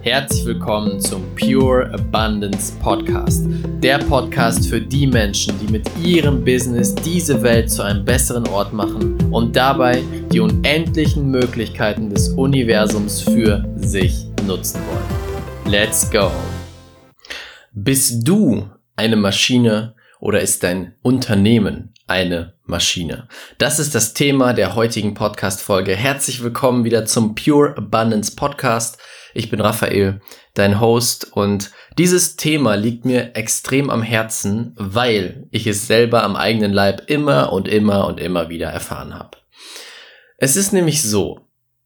Herzlich willkommen zum Pure Abundance Podcast. Der Podcast für die Menschen, die mit ihrem Business diese Welt zu einem besseren Ort machen und dabei die unendlichen Möglichkeiten des Universums für sich nutzen wollen. Let's go! Bist du eine Maschine oder ist dein Unternehmen eine Maschine? Das ist das Thema der heutigen Podcast-Folge. Herzlich willkommen wieder zum Pure Abundance Podcast. Ich bin Raphael, dein Host, und dieses Thema liegt mir extrem am Herzen, weil ich es selber am eigenen Leib immer wieder erfahren habe. Es ist nämlich so,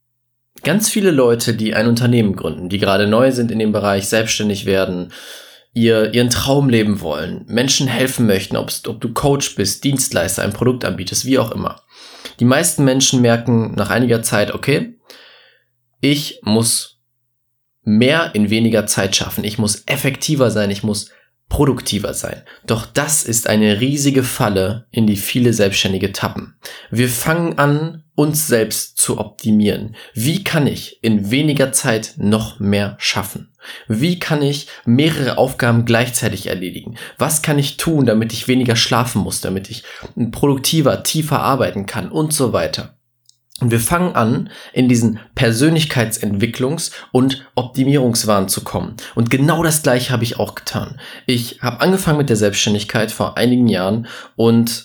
ganz viele Leute, die ein Unternehmen gründen, die gerade neu sind in dem Bereich, selbstständig werden, ihren Traum leben wollen, Menschen helfen möchten, ob du Coach bist, Dienstleister, ein Produkt anbietest, wie auch immer. Die meisten Menschen merken nach einiger Zeit, okay, ich muss mehr in weniger Zeit schaffen, ich muss effektiver sein, ich muss produktiver sein. Doch das ist eine riesige Falle, in die viele Selbstständige tappen. Wir fangen an, uns selbst zu optimieren. Wie kann ich in weniger Zeit noch mehr schaffen? Wie kann ich mehrere Aufgaben gleichzeitig erledigen? Was kann ich tun, damit ich weniger schlafen muss, damit ich produktiver, tiefer arbeiten kann und so weiter? Und wir fangen an, in diesen Persönlichkeitsentwicklungs- und Optimierungswahn zu kommen. Und genau das Gleiche habe ich auch getan. Ich habe angefangen mit der Selbstständigkeit vor einigen Jahren und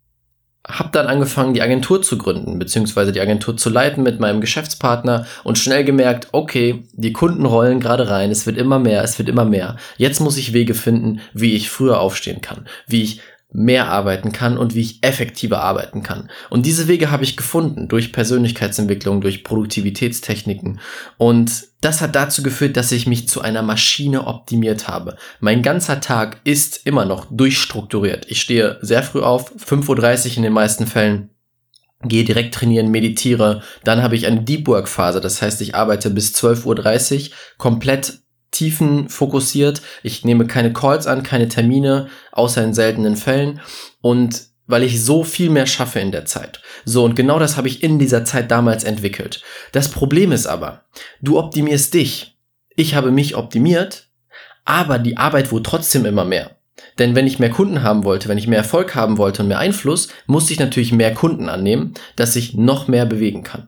habe dann angefangen, die Agentur zu gründen, beziehungsweise die Agentur zu leiten mit meinem Geschäftspartner und schnell gemerkt, okay, die Kunden rollen gerade rein, es wird immer mehr. Jetzt muss ich Wege finden, wie ich früher aufstehen kann, wie ich mehr arbeiten kann und wie ich effektiver arbeiten kann. Und diese Wege habe ich gefunden durch Persönlichkeitsentwicklung, durch Produktivitätstechniken. Und das hat dazu geführt, dass ich mich zu einer Maschine optimiert habe. Mein ganzer Tag ist immer noch durchstrukturiert. Ich stehe sehr früh auf, 5:30 Uhr in den meisten Fällen, gehe direkt trainieren, meditiere. Dann habe ich eine Deep Work Phase. Das heißt, ich arbeite bis 12:30 Uhr komplett tiefenfokussiert. Ich nehme keine Calls an, keine Termine, außer in seltenen Fällen, und weil ich so viel mehr schaffe in der Zeit. So, und genau das habe ich in dieser Zeit damals entwickelt. Das Problem ist aber, du optimierst dich. Ich habe mich optimiert, aber die Arbeit wurde trotzdem immer mehr. Denn wenn ich mehr Kunden haben wollte, wenn ich mehr Erfolg haben wollte und mehr Einfluss, musste ich natürlich mehr Kunden annehmen, dass ich noch mehr bewegen kann.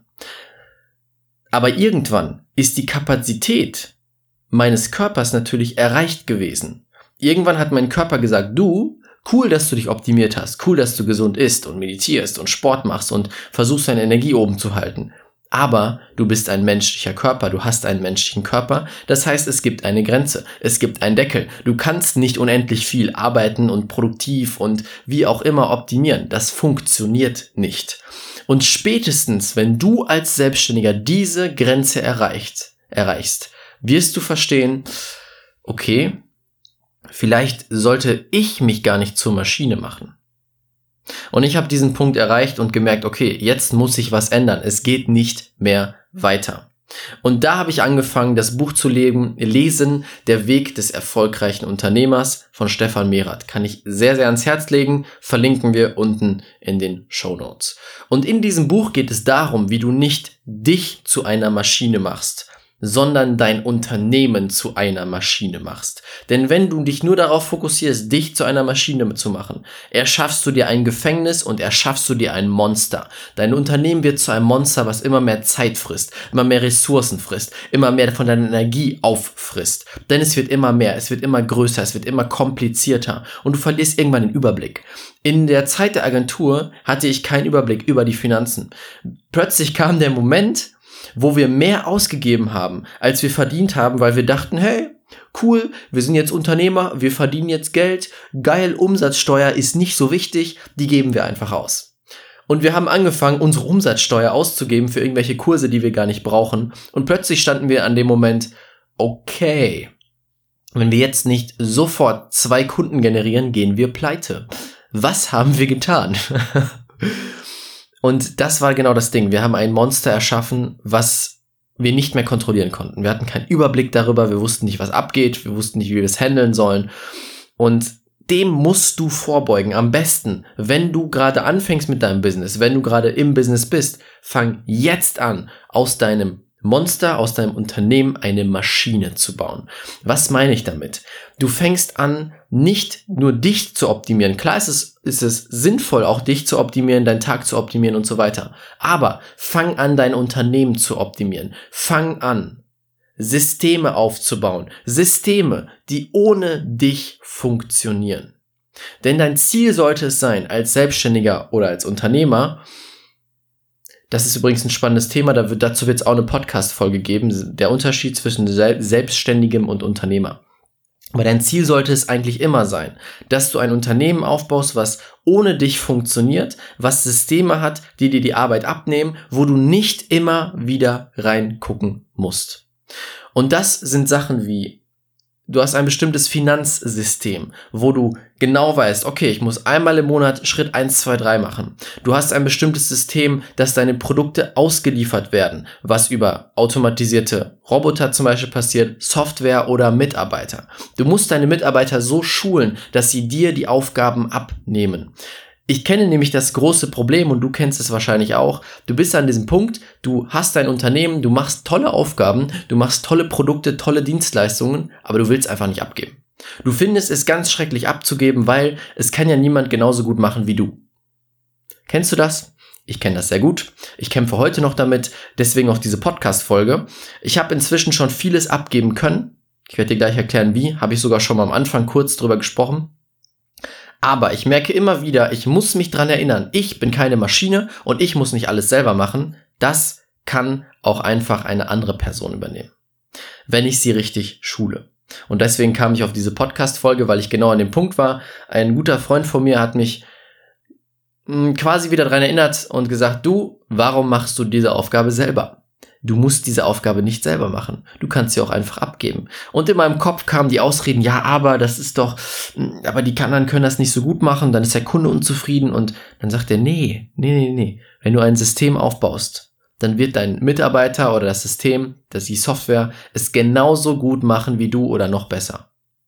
Aber irgendwann ist die Kapazität meines Körpers natürlich erreicht gewesen. Irgendwann hat mein Körper gesagt, du, cool, dass du dich optimiert hast, cool, dass du gesund isst und meditierst und Sport machst und versuchst, deine Energie oben zu halten. Aber du bist ein menschlicher Körper, du hast einen menschlichen Körper. Das heißt, es gibt eine Grenze, es gibt einen Deckel. Du kannst nicht unendlich viel arbeiten und produktiv und wie auch immer optimieren. Das funktioniert nicht. Und spätestens, wenn du als Selbstständiger diese Grenze erreichst, wirst du verstehen, okay, vielleicht sollte ich mich gar nicht zur Maschine machen. Und ich habe diesen Punkt erreicht und gemerkt, okay, jetzt muss sich was ändern. Es geht nicht mehr weiter. Und da habe ich angefangen, das Buch zu lesen, Der Weg des erfolgreichen Unternehmers von Stefan Merath. Kann ich sehr, sehr ans Herz legen, verlinken wir unten in den Shownotes. Und in diesem Buch geht es darum, wie du nicht dich zu einer Maschine machst, sondern dein Unternehmen zu einer Maschine machst. Denn wenn du dich nur darauf fokussierst, dich zu einer Maschine zu machen, erschaffst du dir ein Gefängnis und erschaffst du dir ein Monster. Dein Unternehmen wird zu einem Monster, was immer mehr Zeit frisst, immer mehr Ressourcen frisst, immer mehr von deiner Energie auffrisst. Denn es wird immer mehr, es wird immer größer, es wird immer komplizierter und du verlierst irgendwann den Überblick. In der Zeit der Agentur hatte ich keinen Überblick über die Finanzen. Plötzlich kam der Moment, wo wir mehr ausgegeben haben, als wir verdient haben, weil wir dachten, hey, cool, wir sind jetzt Unternehmer, wir verdienen jetzt Geld, geil, Umsatzsteuer ist nicht so wichtig, die geben wir einfach aus. Und wir haben angefangen, unsere Umsatzsteuer auszugeben für irgendwelche Kurse, die wir gar nicht brauchen. Und plötzlich standen wir an dem Moment, okay, wenn wir jetzt nicht sofort 2 Kunden generieren, gehen wir pleite. Was haben wir getan? Und das war genau das Ding. Wir haben ein Monster erschaffen, was wir nicht mehr kontrollieren konnten. Wir hatten keinen Überblick darüber, wir wussten nicht, was abgeht, wir wussten nicht, wie wir es handeln sollen. Und dem musst du vorbeugen. Am besten, wenn du gerade anfängst mit deinem Business, wenn du gerade im Business bist, fang jetzt an, aus deinem Monster aus deinem Unternehmen eine Maschine zu bauen. Was meine ich damit? Du fängst an, nicht nur dich zu optimieren. Klar ist es sinnvoll, auch dich zu optimieren, deinen Tag zu optimieren und so weiter. Aber fang an, dein Unternehmen zu optimieren. Fang an, Systeme aufzubauen. Systeme, die ohne dich funktionieren. Denn dein Ziel sollte es sein, als Selbstständiger oder als Unternehmer, das ist übrigens ein spannendes Thema, dazu wird es auch eine Podcast-Folge geben, der Unterschied zwischen Selbstständigem und Unternehmer. Aber dein Ziel sollte es eigentlich immer sein, dass du ein Unternehmen aufbaust, was ohne dich funktioniert, was Systeme hat, die dir die Arbeit abnehmen, wo du nicht immer wieder reingucken musst. Und das sind Sachen wie: Du hast ein bestimmtes Finanzsystem, wo du genau weißt, okay, ich muss einmal im Monat Schritt 1, 2, 3 machen. Du hast ein bestimmtes System, dass deine Produkte ausgeliefert werden, was über automatisierte Roboter zum Beispiel passiert, Software oder Mitarbeiter. Du musst deine Mitarbeiter so schulen, dass sie dir die Aufgaben abnehmen. Ich kenne nämlich das große Problem, und du kennst es wahrscheinlich auch. Du bist an diesem Punkt, du hast dein Unternehmen, du machst tolle Aufgaben, du machst tolle Produkte, tolle Dienstleistungen, aber du willst einfach nicht abgeben. Du findest es ganz schrecklich abzugeben, weil es kann ja niemand genauso gut machen wie du. Kennst du das? Ich kenne das sehr gut. Ich kämpfe heute noch damit, deswegen auch diese Podcast-Folge. Ich habe inzwischen schon vieles abgeben können. Ich werde dir gleich erklären, wie. Habe ich sogar schon mal am Anfang kurz drüber gesprochen. Aber ich merke immer wieder, ich muss mich dran erinnern, ich bin keine Maschine und ich muss nicht alles selber machen. Das kann auch einfach eine andere Person übernehmen, wenn ich sie richtig schule. Und deswegen kam ich auf diese Podcast-Folge, weil ich genau an dem Punkt war. Ein guter Freund von mir hat mich quasi wieder dran erinnert und gesagt: Du, warum machst du diese Aufgabe selber? Du musst diese Aufgabe nicht selber machen. Du kannst sie auch einfach abgeben. Und in meinem Kopf kamen die Ausreden: Ja, aber die anderen können das nicht so gut machen, dann ist der Kunde unzufrieden. Und dann sagt er: Nee. Wenn du ein System aufbaust, dann wird dein Mitarbeiter oder das System, die Software, es genauso gut machen wie du oder noch besser.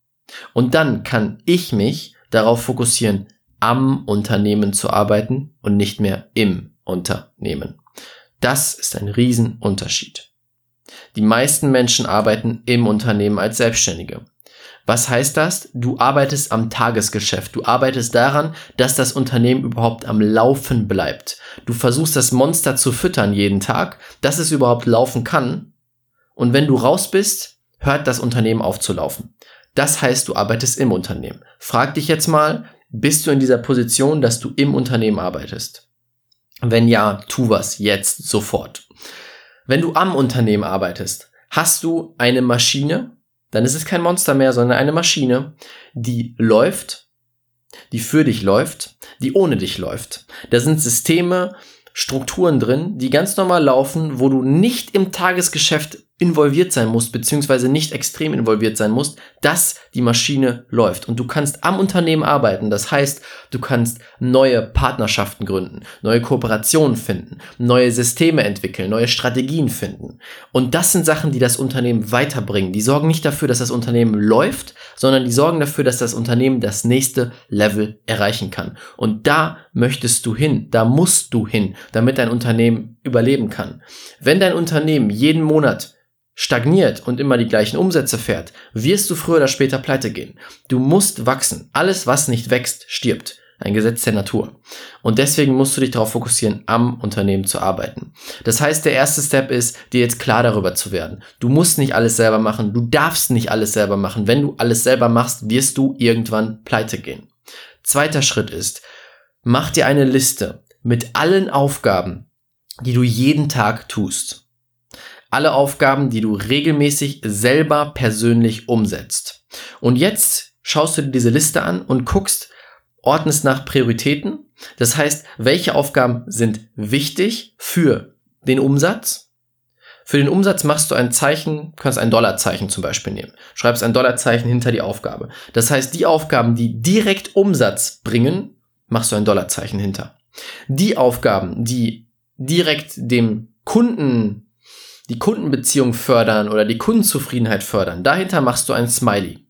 Und dann kann ich mich darauf fokussieren, am Unternehmen zu arbeiten und nicht mehr im Unternehmen. Das ist ein Riesenunterschied. Die meisten Menschen arbeiten im Unternehmen als Selbstständige. Was heißt das? Du arbeitest am Tagesgeschäft. Du arbeitest daran, dass das Unternehmen überhaupt am Laufen bleibt. Du versuchst, das Monster zu füttern jeden Tag, dass es überhaupt laufen kann. Und wenn du raus bist, hört das Unternehmen auf zu laufen. Das heißt, du arbeitest im Unternehmen. Frag dich jetzt mal, bist du in dieser Position, dass du im Unternehmen arbeitest? Wenn ja, tu was jetzt, sofort. Wenn du am Unternehmen arbeitest, hast du eine Maschine, dann ist es kein Monster mehr, sondern eine Maschine, die läuft, die für dich läuft, die ohne dich läuft. Da sind Systeme, Strukturen drin, die ganz normal laufen, wo du nicht im Tagesgeschäft involviert sein musst, beziehungsweise nicht extrem involviert sein musst, dass die Maschine läuft. Und du kannst am Unternehmen arbeiten. Das heißt, du kannst neue Partnerschaften gründen, neue Kooperationen finden, neue Systeme entwickeln, neue Strategien finden. Und das sind Sachen, die das Unternehmen weiterbringen. Die sorgen nicht dafür, dass das Unternehmen läuft, sondern die sorgen dafür, dass das Unternehmen das nächste Level erreichen kann. Und da möchtest du hin, da musst du hin, damit dein Unternehmen überleben kann. Wenn dein Unternehmen jeden Monat stagniert und immer die gleichen Umsätze fährt, wirst du früher oder später pleite gehen. Du musst wachsen. Alles, was nicht wächst, stirbt. Ein Gesetz der Natur. Und deswegen musst du dich darauf fokussieren, am Unternehmen zu arbeiten. Das heißt, der erste Step ist, dir jetzt klar darüber zu werden. Du musst nicht alles selber machen. Du darfst nicht alles selber machen. Wenn du alles selber machst, wirst du irgendwann pleite gehen. Zweiter Schritt ist, mach dir eine Liste mit allen Aufgaben, die du jeden Tag tust. Alle Aufgaben, die du regelmäßig selber persönlich umsetzt. Und jetzt schaust du dir diese Liste an und ordnest nach Prioritäten. Das heißt, welche Aufgaben sind wichtig für den Umsatz? Für den Umsatz machst du ein Zeichen, kannst ein Dollarzeichen zum Beispiel nehmen. Schreibst ein Dollarzeichen hinter die Aufgabe. Das heißt, die Aufgaben, die direkt Umsatz bringen, machst du ein Dollarzeichen hinter. Die Aufgaben, die direkt dem Kunden die Kundenbeziehung fördern oder die Kundenzufriedenheit fördern, dahinter machst du ein Smiley.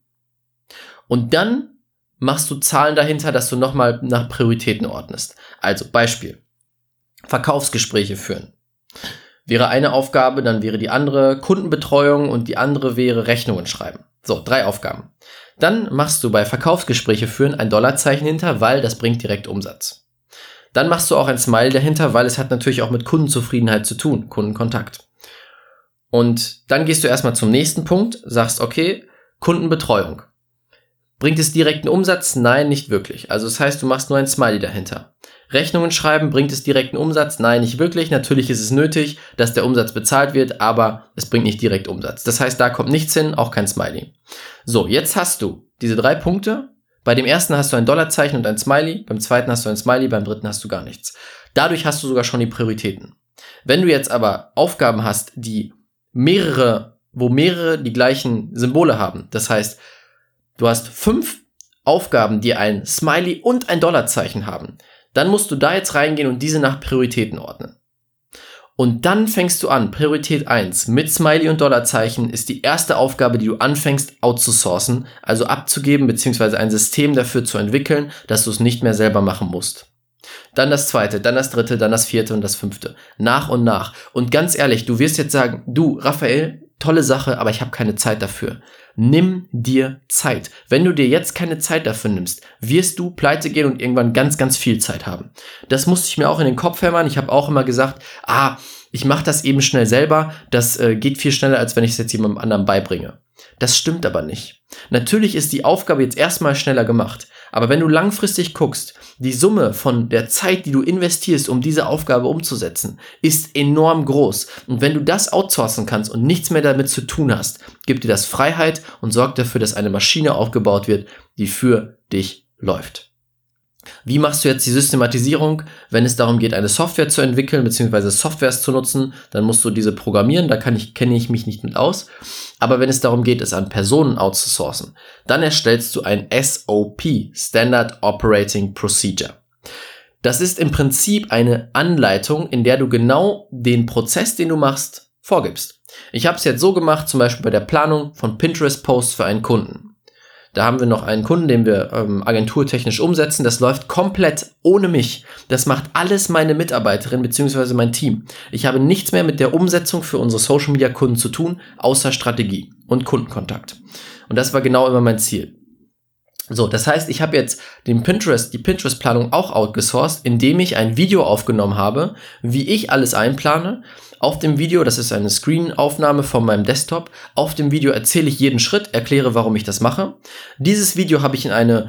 Und dann machst du Zahlen dahinter, dass du nochmal nach Prioritäten ordnest. Also Beispiel: Verkaufsgespräche führen, Wäre eine Aufgabe, dann wäre die andere Kundenbetreuung und die andere wäre Rechnungen schreiben. So, 3 Aufgaben. Dann machst du bei Verkaufsgespräche führen ein Dollarzeichen hinter, weil das bringt direkt Umsatz. Dann machst du auch ein Smiley dahinter, weil es hat natürlich auch mit Kundenzufriedenheit zu tun, Kundenkontakt. Und dann gehst du erstmal zum nächsten Punkt, sagst, okay, Kundenbetreuung. Bringt es direkten Umsatz? Nein, nicht wirklich. Also das heißt, du machst nur ein Smiley dahinter. Rechnungen schreiben, bringt es direkten Umsatz? Nein, nicht wirklich. Natürlich ist es nötig, dass der Umsatz bezahlt wird, aber es bringt nicht direkt Umsatz. Das heißt, da kommt nichts hin, auch kein Smiley. So, jetzt hast du diese 3 Punkte. Bei dem ersten hast du ein Dollarzeichen und ein Smiley, beim zweiten hast du ein Smiley, beim dritten hast du gar nichts. Dadurch hast du sogar schon die Prioritäten. Wenn du jetzt aber Aufgaben hast, wo mehrere die gleichen Symbole haben, das heißt, du hast 5 Aufgaben, die ein Smiley und ein Dollarzeichen haben, dann musst du da jetzt reingehen und diese nach Prioritäten ordnen. Und dann fängst du an, Priorität 1 mit Smiley und Dollarzeichen ist die erste Aufgabe, die du anfängst outzusourcen, also abzugeben bzw. ein System dafür zu entwickeln, dass du es nicht mehr selber machen musst. Dann das zweite, dann das dritte, dann das vierte und das fünfte. Nach und nach. Und ganz ehrlich, du wirst jetzt sagen, du, Raphael, tolle Sache, aber ich habe keine Zeit dafür. Nimm dir Zeit. Wenn du dir jetzt keine Zeit dafür nimmst, wirst du pleite gehen und irgendwann ganz, ganz viel Zeit haben. Das musste ich mir auch in den Kopf hämmern. Ich habe auch immer gesagt, ich mache das eben schnell selber. Das geht viel schneller, als wenn ich es jetzt jemandem anderen beibringe. Das stimmt aber nicht. Natürlich ist die Aufgabe jetzt erstmal schneller gemacht. Aber wenn du langfristig guckst, die Summe von der Zeit, die du investierst, um diese Aufgabe umzusetzen, ist enorm groß. Und wenn du das outsourcen kannst und nichts mehr damit zu tun hast, gibt dir das Freiheit und sorgt dafür, dass eine Maschine aufgebaut wird, die für dich läuft. Wie machst du jetzt die Systematisierung? Wenn es darum geht, eine Software zu entwickeln bzw. Softwares zu nutzen, dann musst du diese programmieren, da kenne ich mich nicht mit aus. Aber wenn es darum geht, es an Personen outzusourcen, dann erstellst du ein SOP, Standard Operating Procedure. Das ist im Prinzip eine Anleitung, in der du genau den Prozess, den du machst, vorgibst. Ich habe es jetzt so gemacht, zum Beispiel bei der Planung von Pinterest-Posts für einen Kunden. Da haben wir noch einen Kunden, den wir agenturtechnisch umsetzen. Das läuft komplett ohne mich. Das macht alles meine Mitarbeiterin bzw. mein Team. Ich habe nichts mehr mit der Umsetzung für unsere Social-Media-Kunden zu tun, außer Strategie und Kundenkontakt. Und das war genau immer mein Ziel. So, das heißt, ich habe jetzt die Pinterest-Planung auch outgesourced, indem ich ein Video aufgenommen habe, wie ich alles einplane. Auf dem Video, das ist eine Screen-Aufnahme von meinem Desktop, auf dem Video erzähle ich jeden Schritt, erkläre, warum ich das mache. Dieses Video habe ich in eine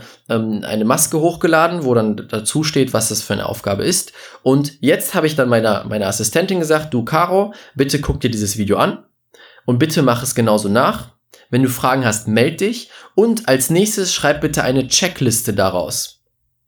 Maske hochgeladen, wo dann dazu steht, was das für eine Aufgabe ist. Und jetzt habe ich dann meiner Assistentin gesagt, du Caro, bitte guck dir dieses Video an und bitte mach es genauso nach. Wenn du Fragen hast, meld dich und als nächstes schreib bitte eine Checkliste daraus.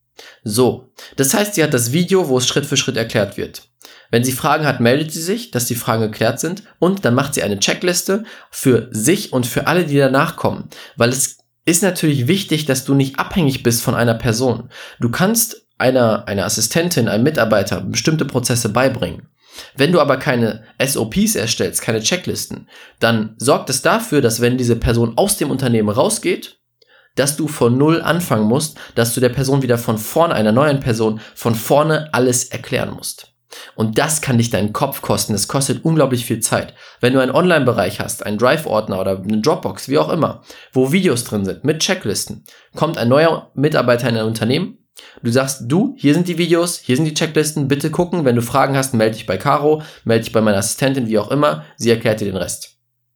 So, das heißt, sie hat das Video, wo es Schritt für Schritt erklärt wird. Wenn sie Fragen hat, meldet sie sich, dass die Fragen geklärt sind und dann macht sie eine Checkliste für sich und für alle, die danach kommen. Weil es ist natürlich wichtig, dass du nicht abhängig bist von einer Person. Du kannst einer Assistentin, einem Mitarbeiter bestimmte Prozesse beibringen. Wenn du aber keine SOPs erstellst, keine Checklisten, dann sorgt es dafür, dass wenn diese Person aus dem Unternehmen rausgeht, dass du von null anfangen musst, dass du der Person wieder von vorne, einer neuen Person, von vorne alles erklären musst. Und das kann dich deinen Kopf kosten, das kostet unglaublich viel Zeit. Wenn du einen Online-Bereich hast, einen Drive-Ordner oder eine Dropbox, wie auch immer, wo Videos drin sind mit Checklisten, kommt ein neuer Mitarbeiter in ein Unternehmen, du sagst, hier sind die Videos, hier sind die Checklisten, bitte gucken, wenn du Fragen hast, melde dich bei Caro, melde dich bei meiner Assistentin, wie auch immer, sie erklärt dir den Rest.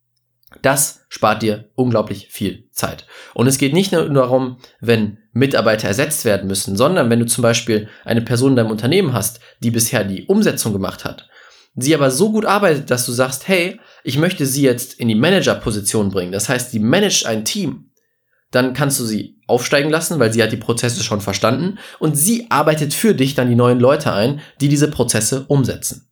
Das spart dir unglaublich viel Zeit. Und es geht nicht nur darum, wenn Mitarbeiter ersetzt werden müssen, sondern wenn du zum Beispiel eine Person in deinem Unternehmen hast, die bisher die Umsetzung gemacht hat, sie aber so gut arbeitet, dass du sagst, hey, ich möchte sie jetzt in die Manager-Position bringen. Das heißt, sie managt ein Team. Dann kannst du sie aufsteigen lassen, weil sie hat die Prozesse schon verstanden und sie arbeitet für dich dann die neuen Leute ein, die diese Prozesse umsetzen.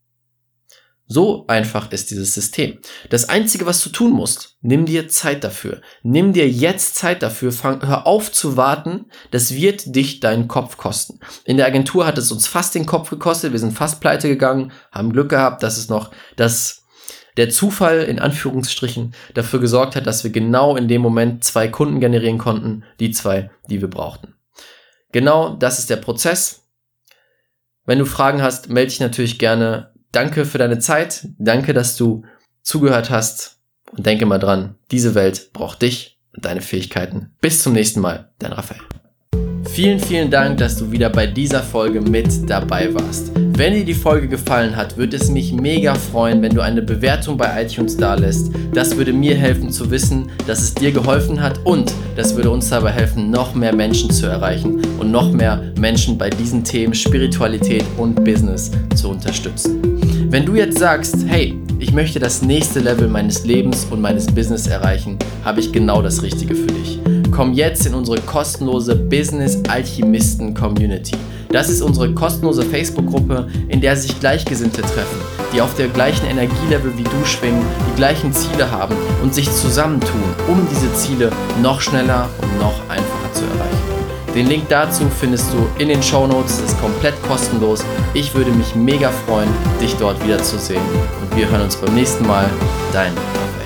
So einfach ist dieses System. Das Einzige, was du tun musst, nimm dir Zeit dafür. Nimm dir jetzt Zeit dafür. Hör auf zu warten. Das wird dich deinen Kopf kosten. In der Agentur hat es uns fast den Kopf gekostet. Wir sind fast pleite gegangen, haben Glück gehabt, dass es noch der Zufall in Anführungsstrichen dafür gesorgt hat, dass wir genau in dem Moment 2 Kunden generieren konnten, die 2, die wir brauchten. Genau das ist der Prozess. Wenn du Fragen hast, melde dich natürlich gerne. danke für deine Zeit, danke, dass du zugehört hast und denke mal dran, diese Welt braucht dich und deine Fähigkeiten. Bis zum nächsten Mal, dein Raphael. Vielen, vielen Dank, dass du wieder bei dieser Folge mit dabei warst. Wenn dir die Folge gefallen hat, würde es mich mega freuen, wenn du eine Bewertung bei iTunes dalässt. Das würde mir helfen zu wissen, dass es dir geholfen hat und das würde uns dabei helfen, noch mehr Menschen zu erreichen und noch mehr Menschen bei diesen Themen Spiritualität und Business zu unterstützen. Wenn du jetzt sagst, hey, ich möchte das nächste Level meines Lebens und meines Business erreichen, habe ich genau das Richtige für dich. Komm jetzt in unsere kostenlose Business Alchemisten Community. Das ist unsere kostenlose Facebook-Gruppe, in der sich Gleichgesinnte treffen, die auf der gleichen Energielevel wie du schwingen, die gleichen Ziele haben und sich zusammentun, um diese Ziele noch schneller und noch einfacher zu erreichen. Den Link dazu findest du in den Shownotes, es ist komplett kostenlos. Ich würde mich mega freuen, dich dort wiederzusehen und wir hören uns beim nächsten Mal. Dein Raphael.